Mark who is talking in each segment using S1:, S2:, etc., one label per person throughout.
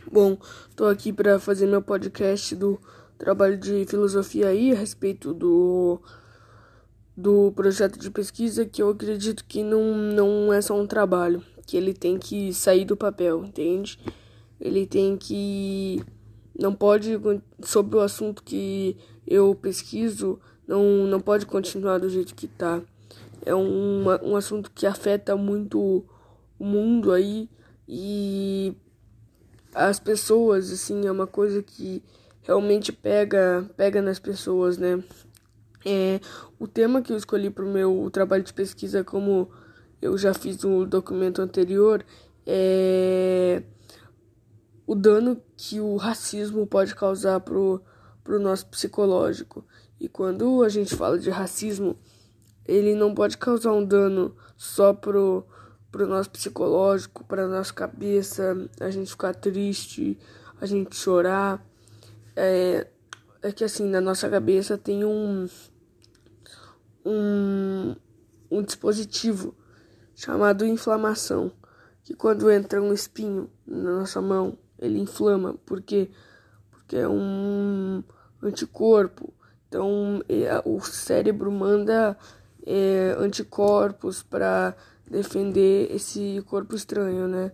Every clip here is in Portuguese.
S1: Bom, estou aqui para fazer meu podcast do trabalho de filosofia aí a respeito do projeto de pesquisa, que eu acredito que não é só um trabalho, que ele tem que sair do papel, entende? Ele tem que... Não pode, sobre o assunto que eu pesquiso, não pode continuar do jeito que está. É um assunto que afeta muito o mundo aí e as pessoas, assim, é uma coisa que realmente pega nas pessoas, né? O tema que eu escolhi para o meu trabalho de pesquisa, como eu já fiz no documento anterior, é o dano que o racismo pode causar pro nosso psicológico. E quando a gente fala de racismo, ele não pode causar um dano só pro nosso psicológico, pra nossa cabeça, a gente ficar triste, a gente chorar. É que assim, na nossa cabeça tem um dispositivo chamado inflamação, que quando entra um espinho na nossa mão, ele inflama. Por quê? Porque é um anticorpo. Então, o cérebro manda anticorpos para defender esse corpo estranho, né?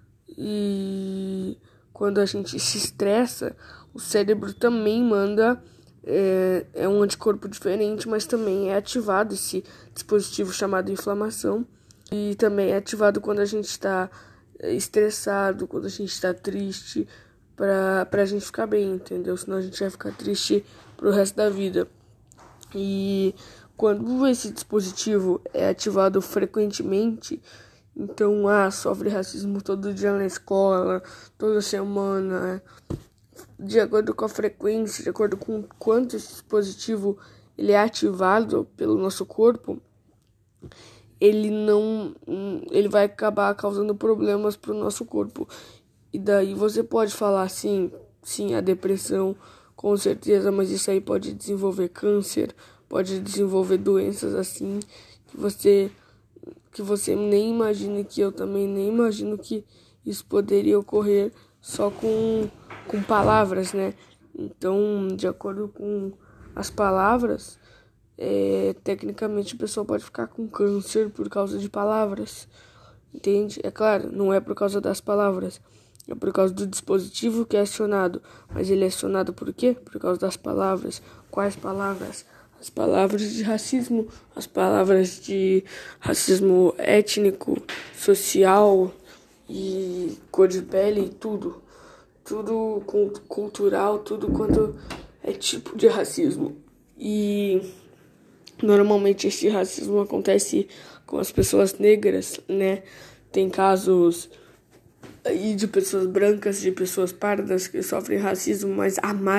S1: E quando a gente se estressa, o cérebro também manda um anticorpo diferente, mas também é ativado esse dispositivo chamado inflamação. E também é ativado quando a gente está estressado, quando a gente está triste, pra gente ficar bem, entendeu? Senão a gente vai ficar triste pro resto da vida. E quando esse dispositivo é ativado frequentemente, então, sofre racismo todo dia na escola, toda semana, de acordo com a frequência, de acordo com quanto esse dispositivo ele é ativado pelo nosso corpo, ele vai acabar causando problemas para o nosso corpo. E daí você pode falar sim, a depressão, com certeza, mas isso aí pode desenvolver câncer, pode desenvolver doenças assim que você nem imagina, que eu também nem imagino que isso poderia ocorrer só com palavras, né? Então, de acordo com as palavras, tecnicamente a pessoa pode ficar com câncer por causa de palavras, entende? É claro, não é por causa das palavras, é por causa do dispositivo que é acionado. Mas ele é acionado por quê? Por causa das palavras. Quais palavras? As palavras de racismo, as palavras de racismo étnico, social e cor de pele, tudo cultural, tudo quanto é tipo de racismo. E normalmente esse racismo acontece com as pessoas negras, né? Tem casos aí de pessoas brancas, de pessoas pardas que sofrem racismo, mas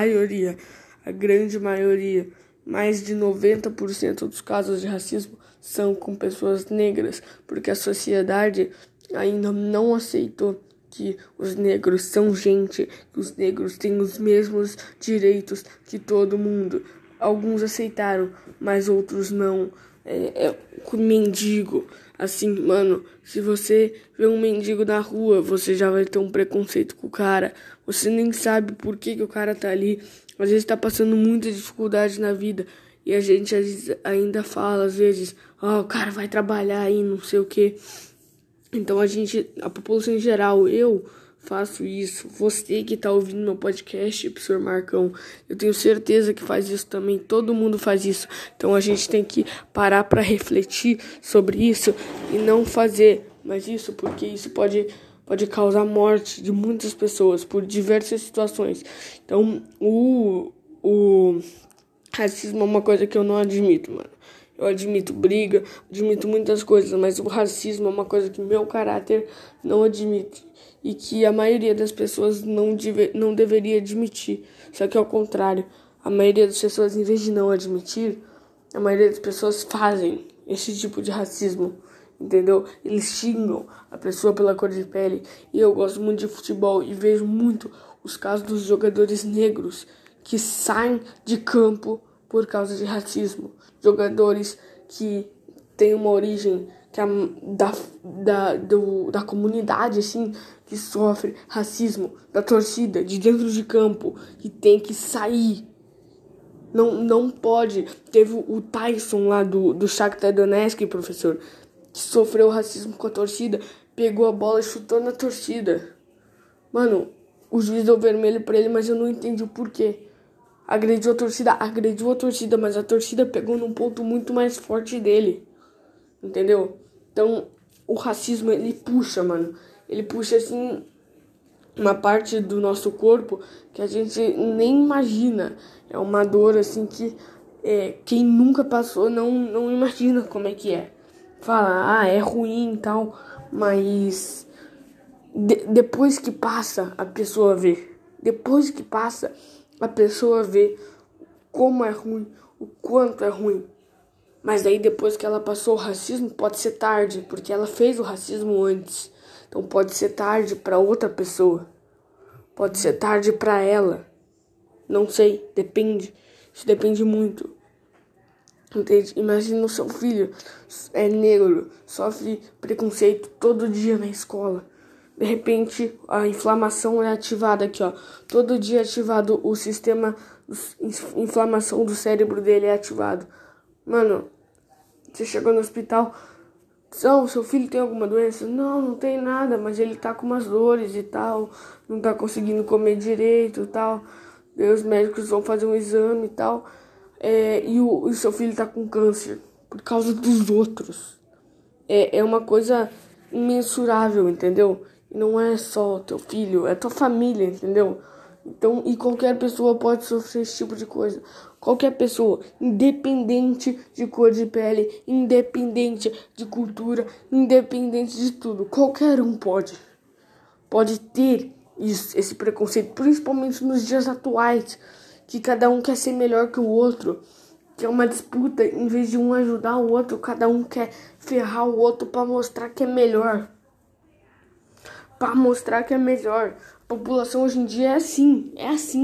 S1: a grande maioria, mais de 90% dos casos de racismo são com pessoas negras, porque a sociedade ainda não aceitou que os negros são gente, que os negros têm os mesmos direitos que todo mundo. Alguns aceitaram, mas outros não. Com mendigo, assim, mano, se você vê um mendigo na rua, você já vai ter um preconceito com o cara. Você nem sabe por que o cara tá ali. Às vezes tá passando muita dificuldade na vida. E a gente às vezes, ainda fala, às vezes, o cara vai trabalhar aí, não sei o que. Então a população em geral, eu faço isso. Você que tá ouvindo meu podcast, professor Marcão, eu tenho certeza que faz isso também. Todo mundo faz isso. Então a gente tem que parar para refletir sobre isso e não fazer mais isso, porque isso pode causar morte de muitas pessoas por diversas situações. Então o racismo é uma coisa que eu não admito, mano. Eu admito briga, admito muitas coisas, mas o racismo é uma coisa que meu caráter não admite. E que a maioria das pessoas não deveria admitir. Só que ao contrário, a maioria das pessoas, em vez de não admitir, a maioria das pessoas fazem esse tipo de racismo, entendeu? Eles xingam a pessoa pela cor de pele. E eu gosto muito de futebol e vejo muito os casos dos jogadores negros que saem de campo por causa de racismo. Jogadores que têm uma origem que da comunidade, assim, que sofre racismo, da torcida, de dentro de campo, que tem que sair. Não pode. Teve o Tyson lá do Shakhtar Donetsk, professor, que sofreu racismo com a torcida, pegou a bola e chutou na torcida. Mano, o juiz deu vermelho pra ele, mas eu não entendi o porquê. Agrediu a torcida, mas a torcida pegou num ponto muito mais forte dele. Entendeu? Então, o racismo, ele puxa, mano. Ele puxa, assim, uma parte do nosso corpo que a gente nem imagina. É uma dor, assim, que quem nunca passou não imagina como é que é. Fala, é ruim e tal, mas depois que passa, a pessoa vê. Depois que passa, a pessoa vê como é ruim, o quanto é ruim. Mas daí depois que ela passou o racismo, pode ser tarde, porque ela fez o racismo antes. Então pode ser tarde para outra pessoa. Pode ser tarde para ela. Não sei, depende. Isso depende muito. Entende? Imagina o seu filho é negro, sofre preconceito todo dia na escola. De repente, a inflamação é ativada aqui, ó. Todo dia é ativado o sistema de inflamação do cérebro dele é ativado. Mano, você chegou no hospital, seu filho tem alguma doença? Não tem nada, mas ele tá com umas dores e tal, não tá conseguindo comer direito e tal. Daí os médicos vão fazer um exame e tal, e o seu filho tá com câncer por causa dos outros. É uma coisa imensurável, entendeu? E não é só teu filho, é tua família, entendeu? Então, e qualquer pessoa pode sofrer esse tipo de coisa. Qualquer pessoa, independente de cor de pele, independente de cultura, independente de tudo. Qualquer um pode ter esse preconceito, principalmente nos dias atuais, que cada um quer ser melhor que o outro, que é uma disputa, em vez de um ajudar o outro, cada um quer ferrar o outro para mostrar que é melhor. Para mostrar que é melhor. A população hoje em dia é assim.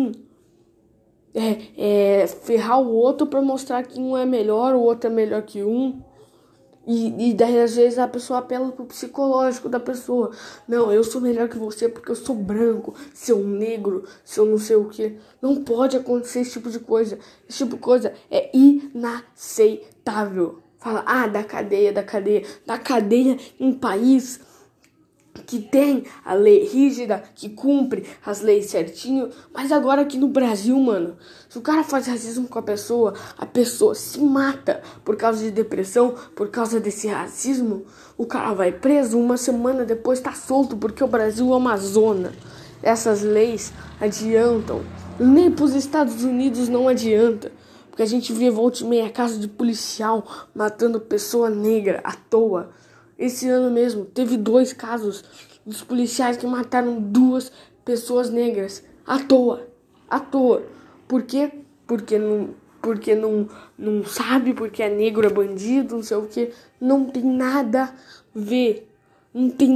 S1: Ferrar o outro para mostrar que um é melhor, o outro é melhor que um. E daí às vezes a pessoa apela pro psicológico da pessoa. Não, eu sou melhor que você porque eu sou branco, sou negro, sou não sei o que. Não pode acontecer esse tipo de coisa. Esse tipo de coisa é inaceitável. Fala, da cadeia em país que tem a lei rígida, que cumpre as leis certinho. Mas agora aqui no Brasil, mano, se o cara faz racismo com a pessoa se mata por causa de depressão, por causa desse racismo, o cara vai preso, uma semana depois tá solto, porque o Brasil é uma zona. Essas leis adiantam. Nem pros Estados Unidos não adianta. Porque a gente vê volta e meia caso de policial matando pessoa negra à toa. Esse ano mesmo, teve 2 casos dos policiais que mataram 2 pessoas negras à toa. Por quê? Porque não sabe, porque é negro, é bandido, não sei o que. Não tem nada a ver. Não tem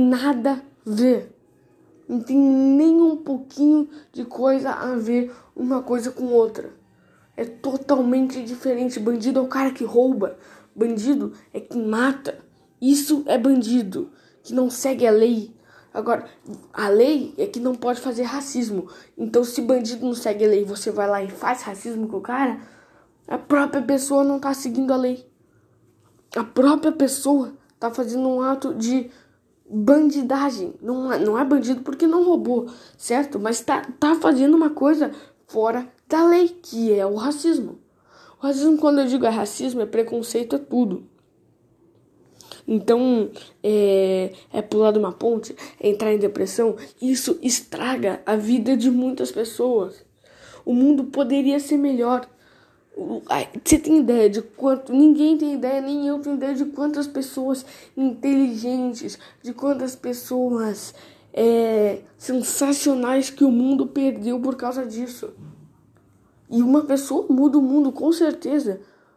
S1: nem um pouquinho de coisa a ver uma coisa com outra. É totalmente diferente. Bandido é o cara que rouba. Bandido é quem mata. Isso é bandido, que não segue a lei. Agora, a lei é que não pode fazer racismo. Então, se bandido não segue a lei, você vai lá e faz racismo com o cara, a própria pessoa não tá seguindo a lei. A própria pessoa tá fazendo um ato de bandidagem. Não é bandido porque não roubou, certo? Mas tá fazendo uma coisa fora da lei, que é o racismo. O racismo, quando eu digo racismo, é preconceito, é tudo. Então, pular de uma ponte, entrar em depressão, isso estraga a vida de muitas pessoas. O mundo poderia ser melhor. Você tem ideia de quanto? Ninguém tem ideia, nem eu tenho ideia de quantas pessoas inteligentes, de quantas pessoas sensacionais que o mundo perdeu por causa disso. E uma pessoa muda o mundo com certeza.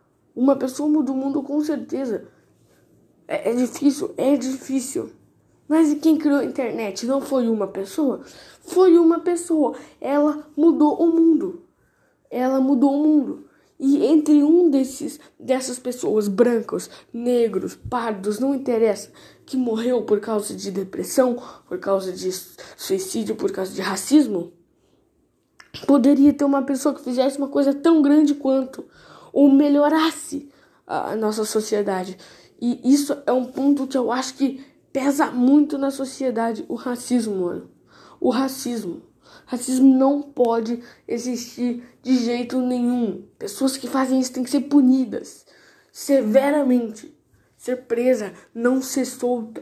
S1: É difícil. Mas e quem criou a internet? Não foi uma pessoa? Foi uma pessoa. Ela mudou o mundo. E entre dessas pessoas, brancos, negros, pardos, não interessa, que morreu por causa de depressão, por causa de suicídio, por causa de racismo, poderia ter uma pessoa que fizesse uma coisa tão grande quanto, ou melhorasse a nossa sociedade. E isso é um ponto que eu acho que pesa muito na sociedade, o racismo, mano. O racismo. Racismo não pode existir de jeito nenhum. Pessoas que fazem isso têm que ser punidas severamente. Ser presa, não ser solta.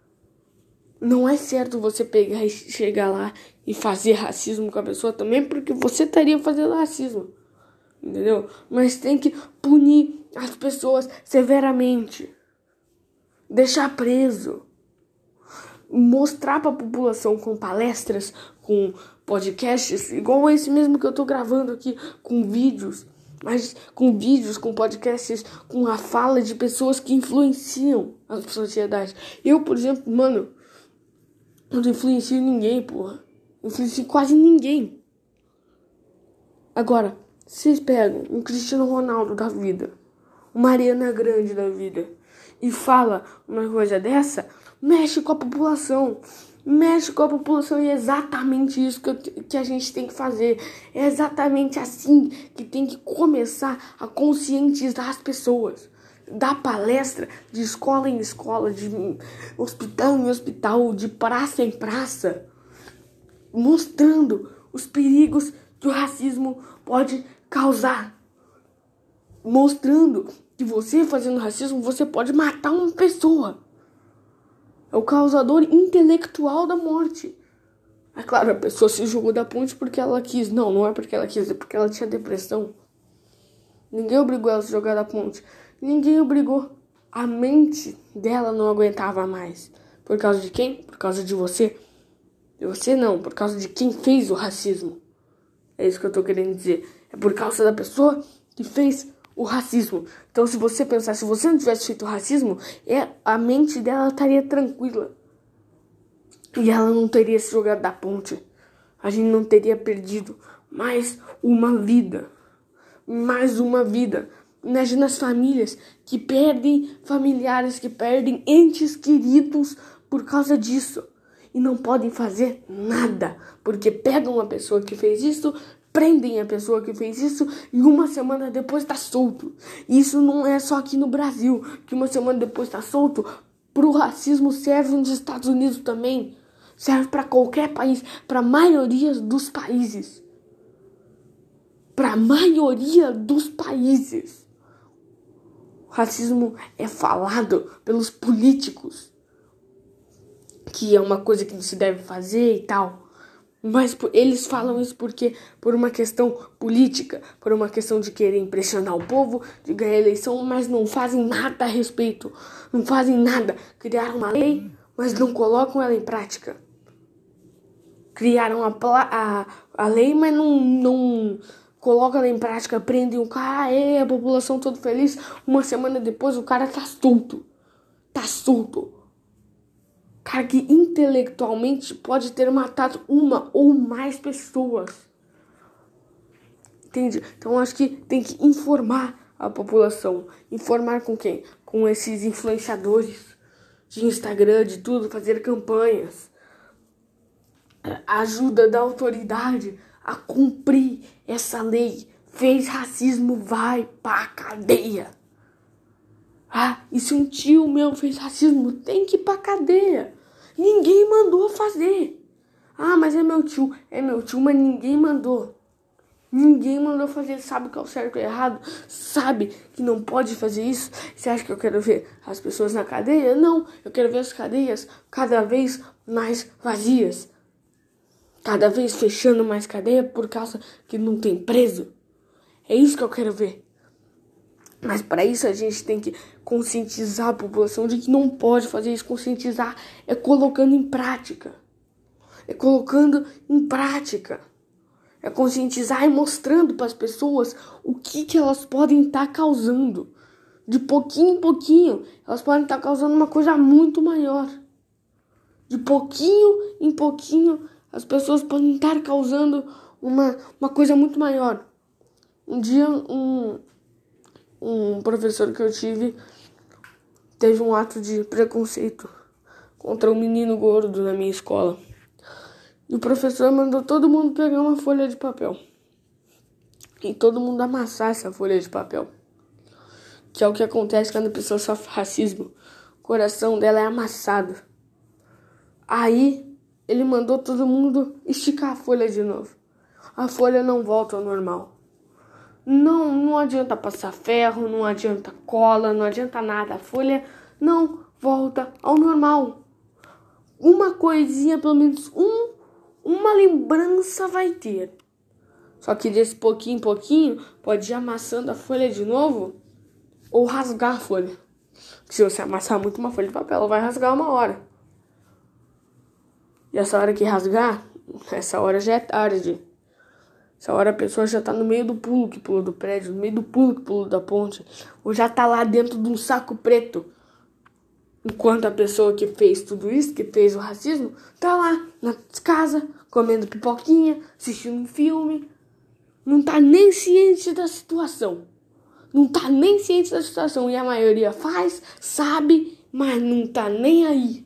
S1: Não é certo você pegar e chegar lá e fazer racismo com a pessoa também, porque você estaria fazendo racismo. Entendeu? Mas tem que punir as pessoas severamente. Deixar preso. Mostrar para a população com palestras, com podcasts, igual esse mesmo que eu tô gravando aqui, com vídeos, mas com vídeos, com podcasts, com a fala de pessoas que influenciam a sociedade. Eu, por exemplo, mano, eu não influencio ninguém, porra. Não influencio quase ninguém. Agora, vocês pegam um Cristiano Ronaldo da vida, uma Ariana Grande da vida, e fala uma coisa dessa, mexe com a população. Mexe com a população e é exatamente isso que a gente tem que fazer. É exatamente assim que tem que começar a conscientizar as pessoas. Dar palestra de escola em escola, de hospital em hospital, de praça em praça, mostrando os perigos que o racismo pode causar. Mostrando que você fazendo racismo, você pode matar uma pessoa. É o causador intelectual da morte. É claro, a pessoa se jogou da ponte porque ela quis. Não, não é porque ela quis, é porque ela tinha depressão. Ninguém obrigou ela a se jogar da ponte. Ninguém obrigou. A mente dela não aguentava mais. Por causa de quem? Por causa de você. De você não, por causa de quem fez o racismo. É isso que eu tô querendo dizer. É por causa da pessoa que fez o racismo. Então, se você pensar, se você não tivesse feito o racismo, a mente dela estaria tranquila. E ela não teria se jogado da ponte. A gente não teria perdido mais uma vida. Mais uma vida. Imagina as famílias que perdem familiares, que perdem entes queridos por causa disso. E não podem fazer nada. Porque pegam uma pessoa que fez isso, prendem a pessoa que fez isso e uma semana depois tá solto. Isso não é só aqui no Brasil, que uma semana depois tá solto. Pro racismo serve nos Estados Unidos também. Serve para qualquer país, para a maioria dos países. Para a maioria dos países. O racismo é falado pelos políticos, que é uma coisa que não se deve fazer e tal. Mas eles falam isso porque por uma questão política, por uma questão de querer impressionar o povo, de ganhar eleição, mas não fazem nada a respeito. Não fazem nada. Criaram uma lei, mas não colocam ela em prática. Criaram a lei, mas não colocam ela em prática. Prendem o cara, a população toda feliz. Uma semana depois o cara tá solto. Tá solto. Cara que intelectualmente pode ter matado uma ou mais pessoas. Entende? Então acho que tem que informar a população. Informar com quem? Com esses influenciadores de Instagram, de tudo, fazer campanhas. A ajuda da autoridade a cumprir essa lei. Fez racismo, vai pra cadeia. Ah, e se um tio meu fez racismo, tem que ir pra cadeia. Ninguém mandou fazer. Ah, mas é meu tio, mas ninguém mandou. Ninguém mandou fazer, sabe o que é o certo e o errado? Sabe que não pode fazer isso? Você acha que eu quero ver as pessoas na cadeia? Não, eu quero ver as cadeias cada vez mais vazias. Cada vez fechando mais cadeia por causa que não tem preso. É isso que eu quero ver. Mas para isso a gente tem que conscientizar a população de que não pode fazer isso. Conscientizar é colocando em prática. É colocando em prática. É conscientizar e mostrando para as pessoas o que elas podem estar causando. De pouquinho em pouquinho, elas podem estar causando uma coisa muito maior. De pouquinho em pouquinho, as pessoas podem estar causando uma coisa muito maior. Um dia, um professor que eu tive teve um ato de preconceito contra um menino gordo na minha escola. E o professor mandou todo mundo pegar uma folha de papel e todo mundo amassar essa folha de papel. Que é o que acontece quando a pessoa sofre racismo. O coração dela é amassado. Aí, ele mandou todo mundo esticar a folha de novo. A folha não volta ao normal. Não adianta passar ferro, não adianta cola, não adianta nada. A folha não volta ao normal. Uma coisinha, pelo menos uma lembrança vai ter. Só que desse pouquinho em pouquinho, pode ir amassando a folha de novo ou rasgar a folha. Se você amassar muito uma folha de papel, ela vai rasgar uma hora. E essa hora que rasgar, essa hora já é tarde. Essa hora a pessoa já tá no meio do pulo que pula do prédio, no meio do pulo que pula da ponte, ou já tá lá dentro de um saco preto. Enquanto a pessoa que fez tudo isso, que fez o racismo, tá lá na casa, comendo pipoquinha, assistindo um filme. Não tá nem ciente da situação. E a maioria faz, sabe, mas não tá nem aí.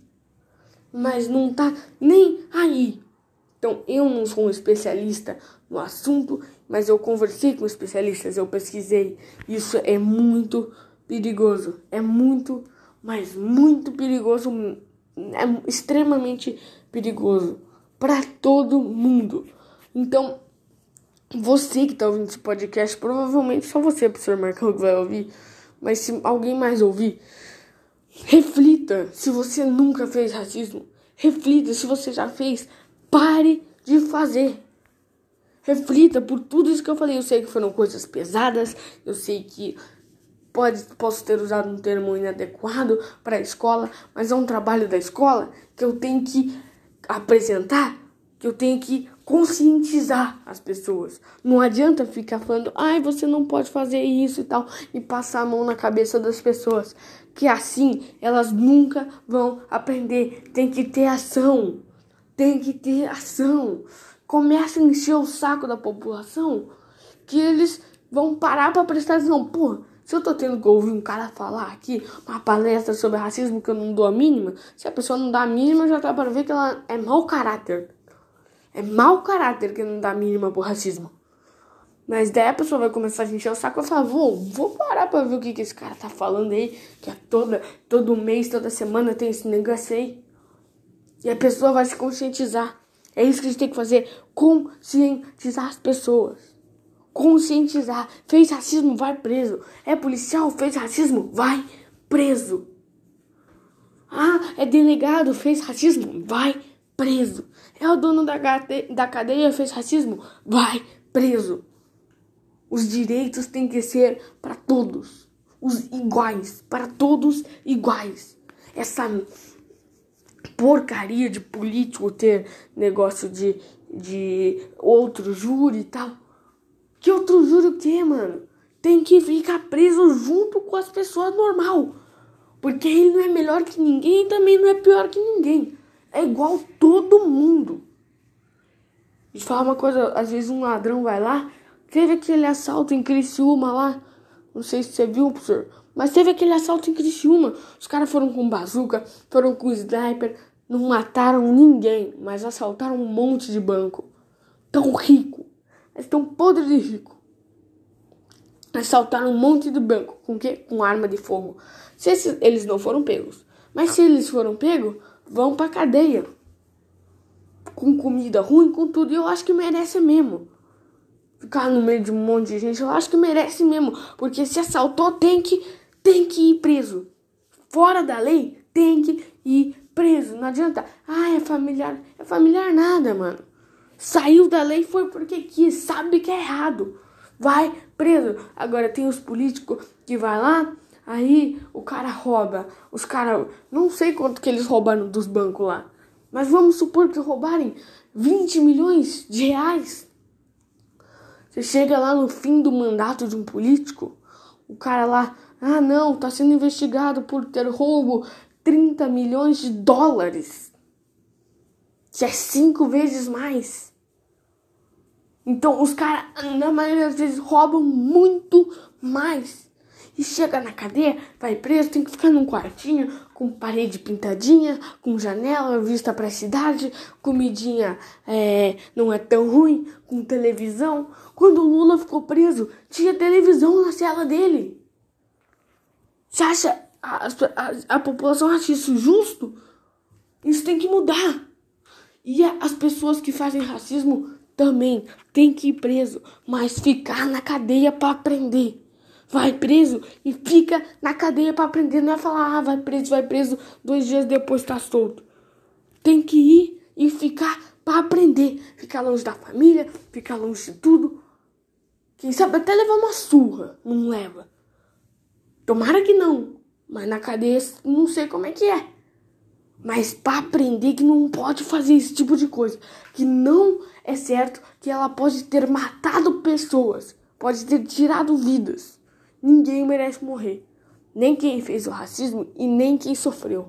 S1: Então, eu não sou um especialista no assunto, mas eu conversei com especialistas, eu pesquisei. Isso é muito perigoso. É muito, mas muito perigoso. É extremamente perigoso para todo mundo. Então, você que tá ouvindo esse podcast, provavelmente só você, professor Marcão, que vai ouvir. Mas se alguém mais ouvir, reflita se você nunca fez racismo. Reflita se você já fez. Pare de fazer. Reflita por tudo isso que eu falei. Eu sei que foram coisas pesadas. Eu sei que posso ter usado um termo inadequado para a escola. Mas é um trabalho da escola que eu tenho que apresentar. Que eu tenho que conscientizar as pessoas. Não adianta ficar falando, você não pode fazer isso e tal, e passar a mão na cabeça das pessoas, que assim elas nunca vão aprender. Tem que ter ação. Começa a encher o saco da população, que eles vão parar para prestar atenção. Se eu tô tendo que ouvir um cara falar aqui, uma palestra sobre racismo que eu não dou a mínima, se a pessoa não dá a mínima, já dá para ver que ela é mau caráter. É mau caráter que não dá a mínima pro racismo. Mas daí a pessoa vai começar a encher o saco e falar, vou parar pra ver o que esse cara tá falando aí, que é todo mês, toda semana tem esse negócio aí. E a pessoa vai se conscientizar. É isso que a gente tem que fazer, conscientizar as pessoas. Conscientizar. Fez racismo, vai preso. É policial, fez racismo, vai preso. É delegado, fez racismo, vai preso. É o dono da cadeia, fez racismo, vai preso. Os direitos têm que ser para todos, os iguais, para todos iguais. Essa porcaria de político ter negócio de outro júri e tal. Que outro júri o quê, mano? Tem que ficar preso junto com as pessoas normal. Porque ele não é melhor que ninguém e também não é pior que ninguém. É igual todo mundo. Deixa eu falar uma coisa, às vezes um ladrão vai lá, teve aquele assalto em Criciúma lá, não sei se você viu, professor, mas teve aquele assalto em Criciúma. Os caras foram com bazuca, foram com sniper, não mataram ninguém, mas assaltaram um monte de banco. Tão rico, eles estão podres de rico. Assaltaram um monte de banco, com o quê? Com arma de fogo. Eles não foram pegos, mas se eles foram pegos, vão pra cadeia. Com comida ruim, com tudo. E eu acho que merece mesmo. Ficar no meio de um monte de gente, eu acho que merece mesmo. Porque se assaltou, tem que ir preso. Fora da lei, tem que ir preso. Não adianta. É familiar. É familiar nada, mano. Saiu da lei foi porque quis. Sabe que é errado. Vai preso. Agora tem os políticos que vai lá. Aí o cara rouba. Os caras, não sei quanto que eles roubaram dos bancos lá. Mas vamos supor que roubarem 20 milhões de reais. Você chega lá no fim do mandato de um político, o cara lá, não, tá sendo investigado por ter roubo 30 milhões de dólares. Que é 5 vezes mais. Então os caras, na maioria das vezes, roubam muito mais. E chega na cadeia, vai preso, tem que ficar num quartinho com parede pintadinha, com janela, vista pra cidade, comidinha não é tão ruim, com televisão. Quando o Lula ficou preso, tinha televisão na cela dele. Você acha, a população acha isso justo? Isso tem que mudar. E as pessoas que fazem racismo também tem que ir preso, mas ficar na cadeia pra aprender. Vai preso e fica na cadeia pra aprender. Não é falar, vai preso, 2 dias depois tá solto. Tem que ir e ficar pra aprender. Ficar longe da família, ficar longe de tudo. Quem sabe até levar uma surra, não leva. Tomara que não, mas na cadeia não sei como é que é. Mas pra aprender que não pode fazer esse tipo de coisa. Que não é certo, que ela pode ter matado pessoas. Pode ter tirado vidas. Ninguém merece morrer. Nem quem fez o racismo e nem quem sofreu.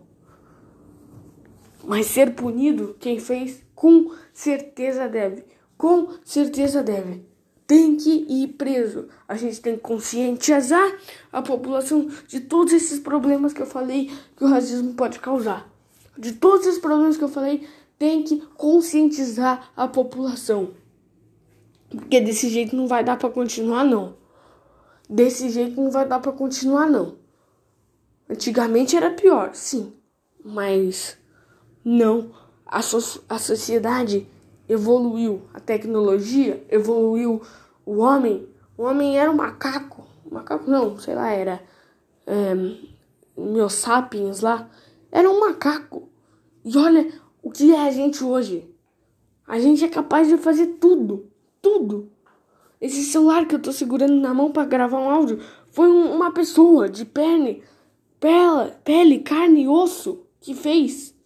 S1: Mas ser punido, quem fez, com certeza deve. Com certeza deve. Tem que ir preso. A gente tem que conscientizar a população de todos esses problemas que eu falei que o racismo pode causar. De todos esses problemas que eu falei, tem que conscientizar a população. Porque desse jeito não vai dar pra continuar, não. Desse jeito não vai dar pra continuar, não. Antigamente era pior, sim. Mas não. A sociedade evoluiu. A tecnologia evoluiu. O homem era um macaco. Macaco não, sei lá, era... Meus sapiens lá. Era um macaco. E olha o que é a gente hoje. A gente é capaz de fazer tudo. Tudo. Esse celular que eu tô segurando na mão pra gravar um áudio foi uma pessoa de pele, carne e osso que fez.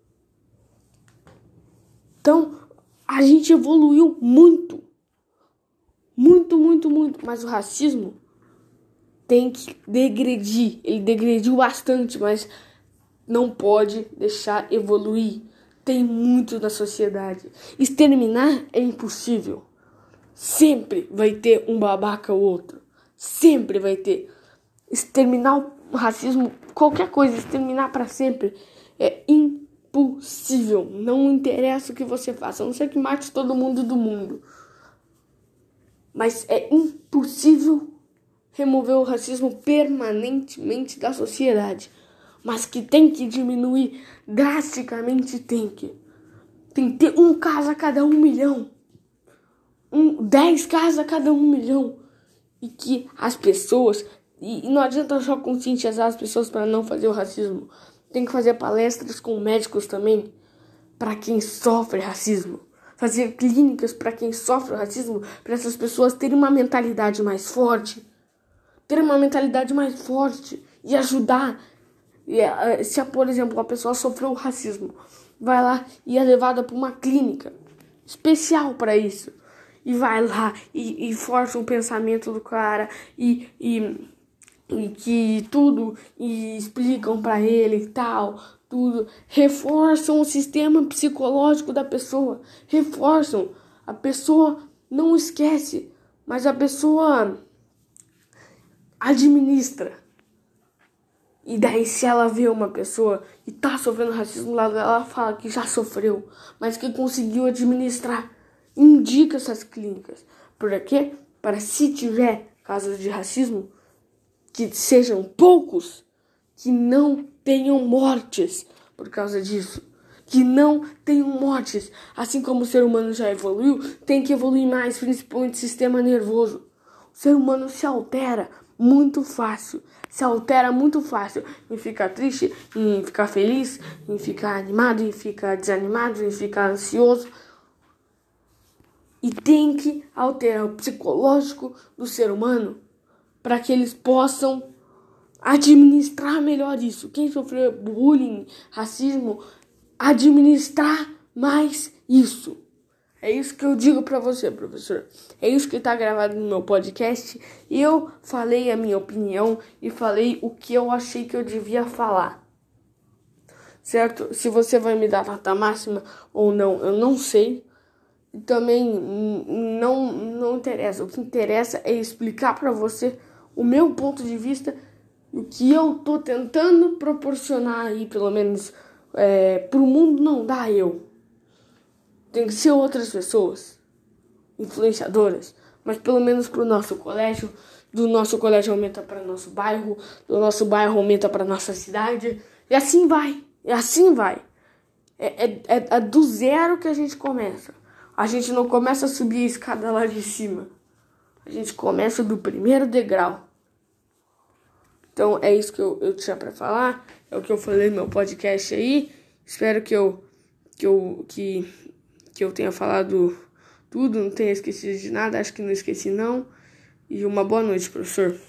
S1: Então, a gente evoluiu muito. Muito, muito, muito. Mas o racismo tem que degredir. Ele degrediu bastante, mas não pode deixar evoluir. Tem muito na sociedade. Exterminar é impossível. Sempre vai ter um babaca ou outro. Sempre vai ter. Exterminar o racismo, qualquer coisa, exterminar para sempre é impossível. Não interessa o que você faça, a não ser que mate todo mundo do mundo. Mas é impossível remover o racismo permanentemente da sociedade. Mas que tem que diminuir drasticamente, tem que. Tem que ter um caso a cada 1 milhão. 10 casos a cada 1 milhão. E que as pessoas... E não adianta só conscientizar as pessoas para não fazer o racismo. Tem que fazer palestras com médicos também. Para quem sofre racismo. Fazer clínicas para quem sofre racismo. Para essas pessoas terem uma mentalidade mais forte. E ajudar. Se, por exemplo, a pessoa sofreu racismo. Vai lá e é levada para uma clínica especial para isso. E vai lá e força o pensamento do cara e que tudo, e explicam pra ele e tal, tudo. Reforçam o sistema psicológico da pessoa. Reforçam. A pessoa não esquece, mas a pessoa administra. E daí, se ela vê uma pessoa que tá sofrendo racismo, ela fala que já sofreu, mas que conseguiu administrar. Indica essas clínicas. Por quê? Para se tiver casos de racismo, que sejam poucos, que não tenham mortes por causa disso. Que não tenham mortes. Assim como o ser humano já evoluiu, tem que evoluir mais, principalmente o sistema nervoso. O ser humano se altera muito fácil. Se altera muito fácil em ficar triste, em ficar feliz, em ficar animado, em ficar desanimado, em ficar ansioso. E tem que alterar o psicológico do ser humano para que eles possam administrar melhor isso. Quem sofreu bullying, racismo, administrar mais isso. É isso que eu digo para você, professor. É isso que está gravado no meu podcast. Eu falei a minha opinião e falei o que eu achei que eu devia falar. Certo? Se você vai me dar nota máxima ou não, eu não sei. também não interessa. O que interessa é explicar para você o meu ponto de vista, o que eu tô tentando proporcionar aí, pelo menos pro mundo. Não dá eu. Tem que ser outras pessoas, influenciadoras, mas pelo menos pro nosso colégio. Do nosso colégio aumenta para nosso bairro, do nosso bairro aumenta para nossa cidade, e assim vai, É do zero que a gente começa. A gente não começa a subir a escada lá de cima. A gente começa do primeiro degrau. Então é isso que eu tinha para falar. É o que eu falei no meu podcast aí. Espero que eu tenha falado tudo, não tenha esquecido de nada. Acho que não esqueci não. E uma boa noite, professor.